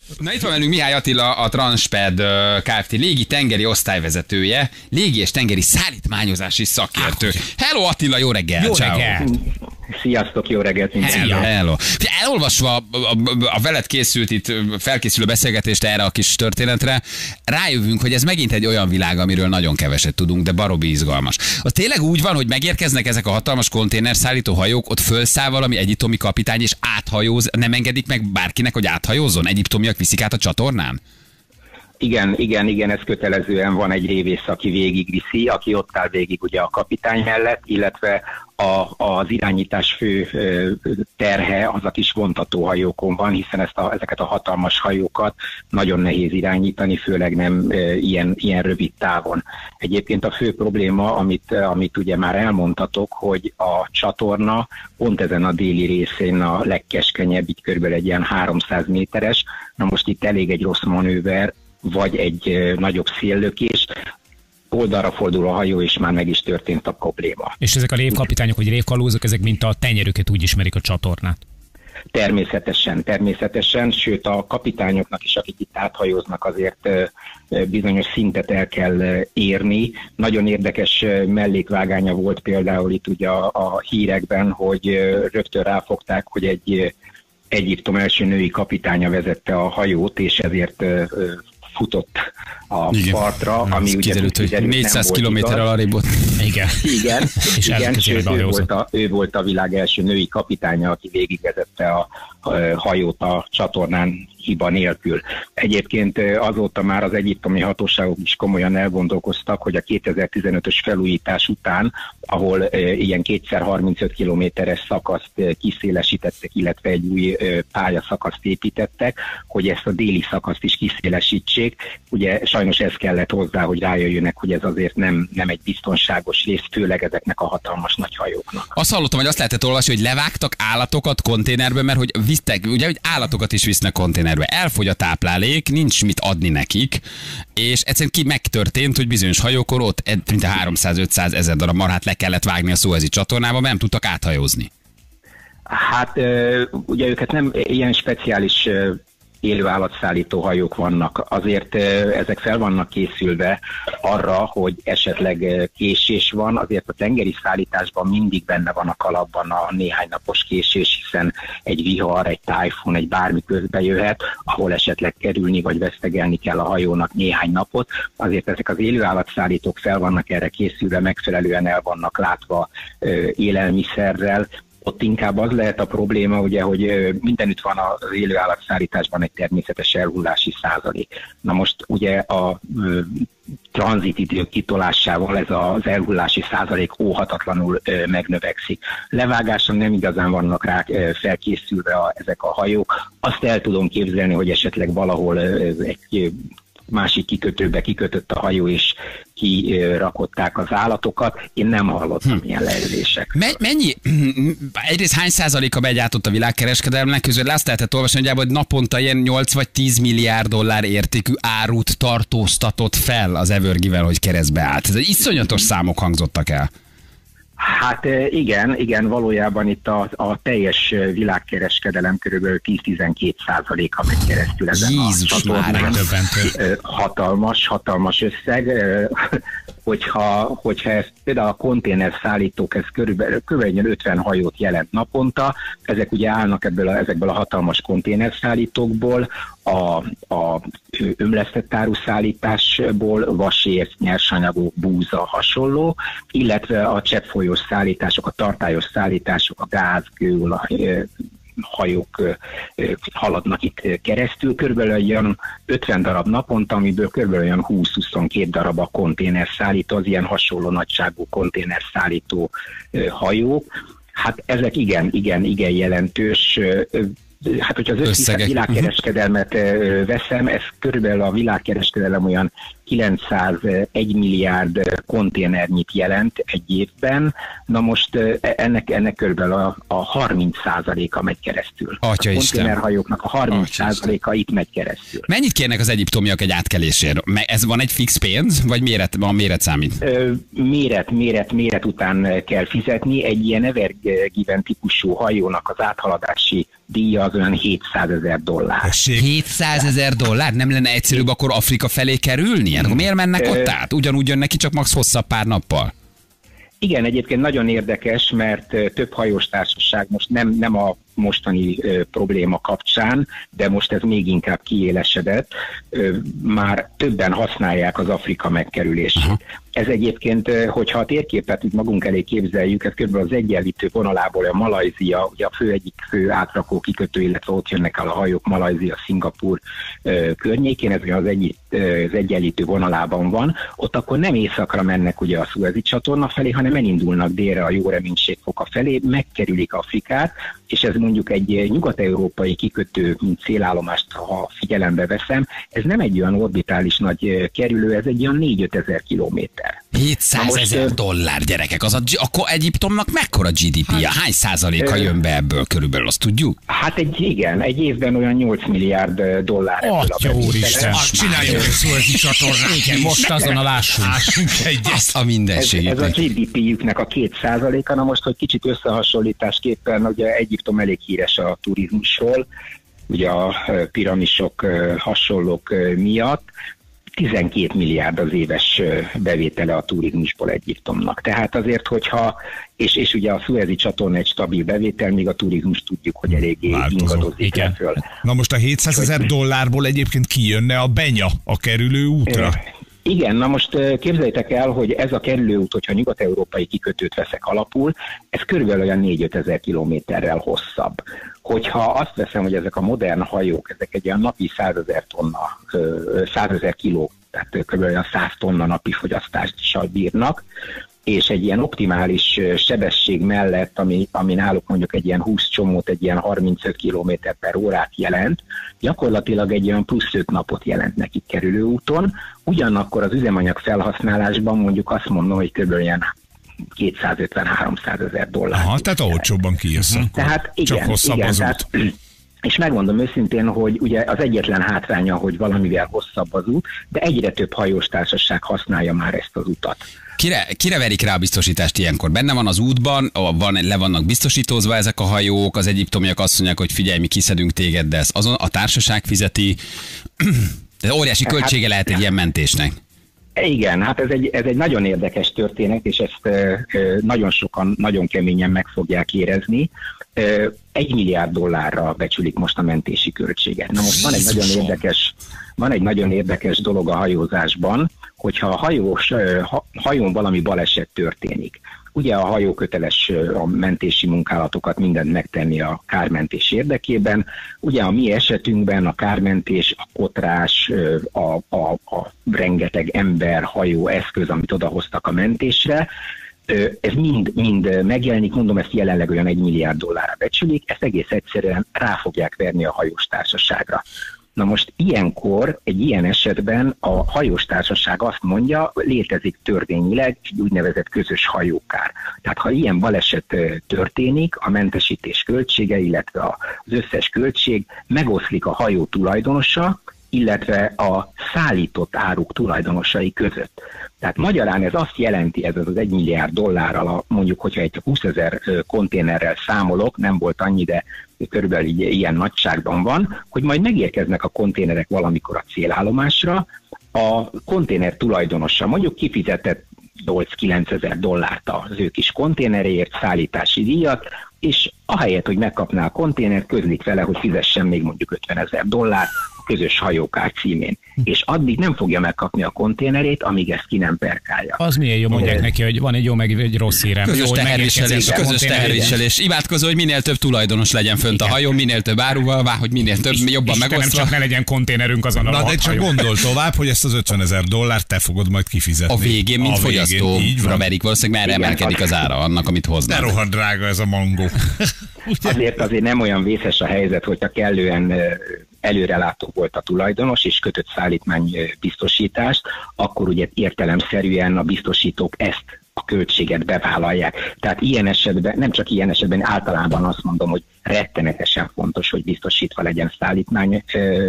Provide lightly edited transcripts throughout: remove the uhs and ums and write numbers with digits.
Na itt van velünk Mihály Attila, a Transped Kft. Légi tengeri osztályvezetője, légi és tengeri szállítmányozási szakértő. Hello Attila, jó reggel! Jó Ciao. reggel! Sziasztok, jó reggelt mindenkinek! Hello. Elolvasva a veled készült itt felkészülő beszélgetést erre a kis történetre, rájövünk, hogy ez megint egy olyan világ, amiről nagyon keveset tudunk, de baromi izgalmas. Az tényleg úgy van, hogy megérkeznek ezek a hatalmas konténerszállító hajók, ott fölszáll valami egyiptomi kapitány és áthajóz, nem engedik meg bárkinek, hogy áthajózzon? Egyiptomiak viszik át a csatornán? Igen, ez kötelezően van egy révész, aki végigviszi, aki ott áll végig ugye a kapitány mellett, illetve az irányítás fő terhe az a kis vontatóhajókon van, hiszen ezeket a hatalmas hajókat nagyon nehéz irányítani, főleg nem ilyen rövid távon. Egyébként a fő probléma, amit ugye már elmondtatok, hogy a csatorna pont ezen a déli részén a legkeskenyebb, így körülbelül egy ilyen 300 méteres. Na most itt elég egy rossz manőver, vagy egy nagyobb széllökés, oldalra fordul a hajó, és már meg is történt a probléma. És ezek a révkapitányok, vagy révkalózok, ezek mint a tenyerüket úgy ismerik a csatornát? Természetesen, sőt a kapitányoknak is, akik itt áthajóznak, azért bizonyos szintet el kell érni. Nagyon érdekes mellékvágánya volt például itt ugye a hírekben, hogy rögtön ráfogták, hogy egy Egyiptom első női kapitánya vezette a hajót, és ezért futott a partra, ami ugye kiderült, hogy 400 kilométerrel arrébb volt. Igen, sőt, ő volt a világ első női kapitánya, aki végigvezette a hajót a csatornán hiba nélkül. Egyébként azóta már az egyiptomi hatóságok is komolyan elgondolkoztak, hogy a 2015-ös felújítás után, ahol ilyen 2x35 kilométeres szakaszt kiszélesítettek, illetve egy új pályaszakaszt építettek, hogy ezt a déli szakaszt is kiszélesítsék. Ugye sajnos ez kellett hozzá, hogy rájöjjönek, hogy ez azért nem egy biztonságos rész, főleg ezeknek a hatalmas nagy hajóknak. Azt hallottam, hogy azt lehetett olvasni, hogy levágtak állatokat konténerbe, mert hogy visztek, ugye, hogy állatokat is visznek konténerbe. Elfogy a táplálék, nincs mit adni nekik, és egyszerűen megtörtént, hogy bizonyos hajókon ott mint a 300-500 ezer darab marhát le kellett vágni a Szuezi csatornába, mert nem tudtak áthajózni. Hát ugye őket nem ilyen speciális élőállatszállító hajók vannak. Azért ezek fel vannak készülve arra, hogy esetleg késés van, azért a tengeri szállításban mindig benne van a kalapban a néhány napos késés, hiszen egy vihar, egy tájfun, egy bármi közbe jöhet, ahol esetleg kerülni vagy vesztegelni kell a hajónak néhány napot. Azért ezek az élőállatszállítók fel vannak erre készülve, megfelelően el vannak látva élelmiszerrel. Ott inkább az lehet a probléma, ugye, hogy mindenütt van az élőállatszállításban egy természetes elhullási százalék. Na most ugye a tranzitidő kitolásával ez az elhullási százalék óhatatlanul megnövekszik. Levágáson nem igazán vannak rá felkészülve ezek a hajók. Azt el tudom képzelni, hogy esetleg valahol egy másik kikötőbe kikötött a hajó, és kirakották az állatokat. Én nem hallottam ilyen leülések. Mennyi, egyrészt hány százaléka megy át ott a világkereskedelemnek, közül azt lehetett olvasni, hogy naponta ilyen 8 vagy 10 milliárd dollár értékű árut tartóztatott fel az Evergivel, hogy keresztbe állt. Ez egy iszonyatos számok hangzottak el. Hát igen, valójában itt a teljes világkereskedelem körülbelül 10-12%-a megy keresztül ezen Jézus a csatornán. Hatalmas összeg. Hogyha ez például a konténerszállítók, ez körülbelül 50 hajót jelent naponta, ezek ugye állnak ezekből a hatalmas konténerszállítókból, a ömlesztett áruszállításból, vasérc, nyersanyagok, búza, hasonló, illetve a cseppfolyós szállítások, a tartályos szállítások, a gáz, kőolaj, hajók haladnak itt keresztül, körülbelül olyan 50 darab naponta, amiből körülbelül olyan 20-22 darab a konténerszállító, az ilyen hasonló nagyságú konténerszállító hajók. Hát ezek igen jelentős. Hát, hogyha az összes világkereskedelmet veszem, ez körülbelül a világkereskedelem olyan 901 milliárd konténernyit jelent egy évben, na most ennek körülbelül a 30%-a megy keresztül. Atya a Isten. konténerhajóknak a 30%-a itt megy keresztül. Mennyit kérnek az egyiptomiak egy átkelésért? Ez van egy fix pénz, vagy méret számít? Méret után kell fizetni. Egy ilyen Ever Given típusú hajónak az áthaladási díja az olyan $700,000. 700 000 $? Nem lenne egyszerűbb akkor Afrika felé kerülni? Akkor miért mennek ott át? Ugyanúgy jön neki, csak max hosszabb pár nappal. Igen, egyébként nagyon érdekes, mert több hajós társaság most nem a mostani probléma kapcsán, de most ez még inkább kiélesedett, már többen használják az Afrika megkerülését. Aha. Ez egyébként, hogyha a térképet itt magunk elé képzeljük, ez kb. Az egyenlítő vonalából a Malajzia, ugye a egyik fő átrakó kikötő, illetve ott jönnek el a hajók Malajzia, Szingapúr környékén, ez ugye az egyenlítő vonalában van, ott akkor nem északra mennek ugye a Szuezi csatorna felé, hanem elindulnak délre a Jó Reménységfoka felé, megkerülik Afrikát, és ez mondjuk egy nyugat-európai kikötő, mint célállomást, ha figyelembe veszem, ez nem egy olyan orbitális nagy kerülő, ez egy olyan 4-5 ezer kilométer. 700 000 $, gyerekek, akkor Egyiptomnak mekkora GDP-ja? Hány százaléka jön be ebből körülbelül, azt tudjuk? Hát egy évben olyan 8 milliárd dollár. Atya úristen! Csináljuk egy Szuezi csatornát. Igen, most azon a lássunk. Azt a mindenségét. Ez a GDP-jüknek a 2%-a, na most, hogy kicsit összehasonlításképpen, ugye Egyiptom elég híres a turizmusról, ugye a piramisok hasonlók miatt, 12 milliárd az éves bevétele a turizmusból Egyiptomnak. Tehát azért, hogyha, és ugye a Szuezi csatorna egy stabil bevétel, míg a turizmus tudjuk, hogy eléggé ingadozik föl. Na most a 700 000 $-ból egyébként kijönne a benya a kerülő útra? Igen, na most képzeljétek el, hogy ez a kerülőút, hogyha nyugat-európai kikötőt veszek alapul, ez körülbelül olyan 4-5 ezer kilométerrel hosszabb. Hogyha azt veszem, hogy ezek a modern hajók, ezek egy olyan napi 100 000 kiló, tehát körülbelül olyan 100 tonna napi fogyasztással bírnak, és egy ilyen optimális sebesség mellett, ami náluk mondjuk egy ilyen 20 csomót, egy ilyen 35 km/h jelent, gyakorlatilag egy olyan plusz 5 napot jelent nekik kerülőúton, ugyanakkor az üzemanyag felhasználásban mondjuk azt mondom, hogy kb. Ilyen 250-300 ezer $. Aha, tehát olcsóbban kijössz. Tehát igen, csak hosszabb az út. És megmondom őszintén, hogy ugye az egyetlen hátránya, hogy valamivel hosszabb az út, de egyre több hajós társaság használja már ezt az utat. Kire verik rá a biztosítást ilyenkor? Benne van az útban, le vannak biztosítózva ezek a hajók, az egyiptomiak azt mondják, hogy figyelj, mi kiszedünk téged, de ezt azon a társaság fizeti. De óriási költsége lehet egy ilyen mentésnek. Igen, hát ez egy nagyon érdekes történet, és ezt nagyon sokan nagyon keményen meg fogják érezni. $1 milliárd becsülik most a mentési költséget. Na most van egy nagyon érdekes dolog a hajózásban, hogyha a hajón valami baleset történik. Ugye a hajó köteles a mentési munkálatokat mindent megtenni a kármentés érdekében. Ugye a mi esetünkben a kármentés, a kotrás, a rengeteg ember, hajó, eszköz, amit odahoztak a mentésre, ez mind megjelenik, mondom, ezt jelenleg olyan $1 milliárd becsülik, ezt egész egyszerűen rá fogják verni a hajós társaságra. Na most ilyenkor, egy ilyen esetben a hajós társaság azt mondja, létezik törvényileg egy úgynevezett közös hajókár. Tehát ha ilyen baleset történik, a mentesítés költsége, illetve az összes költség megoszlik a hajó tulajdonosa, illetve a szállított áruk tulajdonosai között. Tehát magyarán ez azt jelenti, ez az $1 milliárd, mondjuk, hogyha egy 20 000 konténerrel számolok, nem volt annyi, de körülbelül ilyen nagyságban van, hogy majd megérkeznek a konténerek valamikor a célállomásra, a konténer tulajdonosa mondjuk kifizetett 8-9 ezer dollárt az ő kis konténeréért, szállítási díjat, és ahelyett, hogy megkapná a konténert, közlik vele, hogy fizessen még mondjuk $50 000 a közös hajókár címén. És addig nem fogja megkapni a konténerét, amíg ezt ki nem perkálja. Az milyen jó, mondják neki, hogy van egy jó, meg egy rossz hírem. Közös teherviselés. Imádkozó, hogy minél több tulajdonos legyen fönt a hajón, minél több áruval, hogy minél több, jobban megosztva. Nem csak ne legyen konténerünk azon a Na, de csak gondol tovább, hogy ezt az $50 000 te fogod majd kifizetni. A végén, mint fogyasztóra verik, valószínűleg már emelkedik az ára annak, amit hoznak. De rohadt drága ez a mangó. Azért nem olyan vészes a helyzet, hogyha kellően előrelátó volt a tulajdonos, és kötött szállítmánybiztosítást, akkor ugye értelemszerűen a biztosítók ezt a költséget bevállalják. Tehát ilyen esetben, nem csak ilyen esetben, általában azt mondom, hogy rettenetesen fontos, hogy biztosítva legyen szállítmányra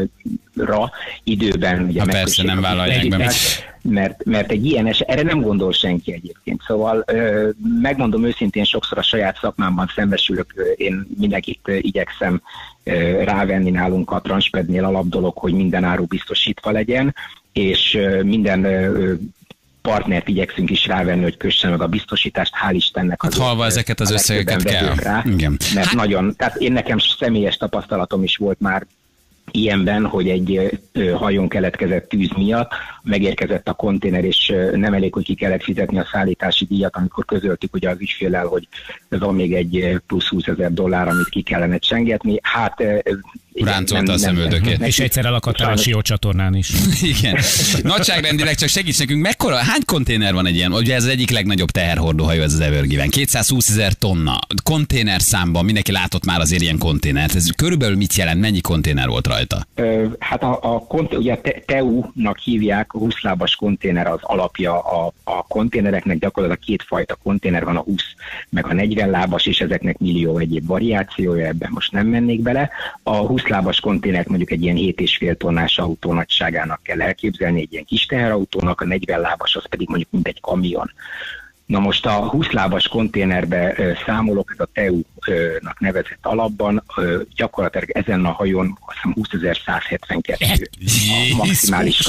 időben. Ugye persze nem vállalják be. Mert egy ilyen erre nem gondol senki egyébként. Szóval megmondom őszintén, sokszor a saját szakmámban szembesülök, én mindenkit igyekszem rávenni nálunk a Transpednél alapdolog, hogy minden áru biztosítva legyen, és minden partnert igyekszünk is rávenni, hogy kösse meg a biztosítást, hál' Istennek. Hát halva ezeket az összegeket kell. Rá, igen. Mert nagyon, tehát én nekem személyes tapasztalatom is volt már ilyenben, hogy egy hajón keletkezett tűz miatt megérkezett a konténer, és nem elég, hogy ki kellett fizetni a szállítási díjat, amikor közöltük ugye az ügyféllel, hogy van még egy plusz $20,000, amit ki kellene csengetni. Hát ráncolta a szemöldökét. És egyszer elakadtál a Sió csatornán is. Igen. Nagyságrendileg csak segíts nekünk, hány konténer van egy ilyen? Ugye ez az egyik legnagyobb teherhordóhajó, ez az Ever Given. 220,000 tonna. Konténer számban mindenki látott már azért ilyen konténert. Ez körülbelül mit jelent? Mennyi konténer volt rajta? Hát ugye TEU-nak hívják, a 20 lábas konténer az alapja a konténereknek, gyakorlatilag kétfajta konténer van, a 20 meg a 40 lábas, és ezeknek millió egyéb variációja, ebben most nem mennék bele. A 20 lábas konténert mondjuk egy ilyen 7,5 tonnás autó nagyságának kell elképzelni, egy ilyen kis teherautónak, a 40 lábas az pedig mondjuk mint egy kamion. Na most a 20 lábas konténerbe számolok, ez a TEU-nak nevezett alapban, gyakorlatilag ezen a hajón azt hiszem 20.172 a maximális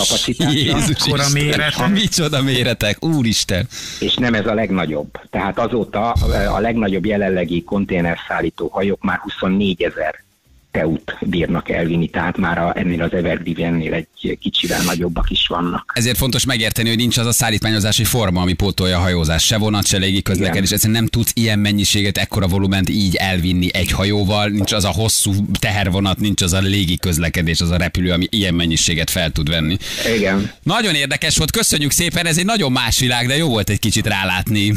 kapacitása. Micsoda méretek, úristen! És nem ez a legnagyobb. Tehát azóta a legnagyobb jelenlegi konténerszállító hajók már 24 000 TEU-t bírnak elvinni, tehát már ennél az Ever Givennél egy kicsivel nagyobbak is vannak. Ezért fontos megérteni, hogy nincs az a szállítmányozási forma, ami pótolja a hajózás. Se vonat, se légi közlekedés. Egyszerűen nem tudsz ilyen mennyiséget, ekkora volument így elvinni egy hajóval. Nincs az a hosszú tehervonat, nincs az a légi közlekedés, az a repülő, ami ilyen mennyiséget fel tud venni. Igen. Nagyon érdekes volt, köszönjük szépen, ez egy nagyon más világ, de jó volt egy kicsit rálátni.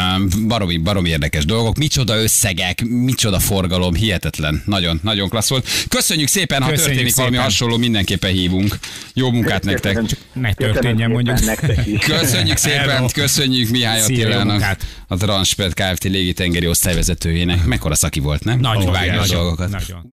Baromi érdekes dolgok. Micsoda összegek, micsoda forgalom, hihetetlen. Nagyon, nagyon klassz volt. Köszönjük szépen, ha történik valami hasonló, mindenképpen hívunk. Jó munkát nektek. Ne történjen, mondjuk. Köszönjük szépen, köszönjük Mihály Attilának, a Transped Kft. Légitengeri osztályvezetőjének. Mekkora szaki volt, nem? Nagyon, vágja a dolgokat.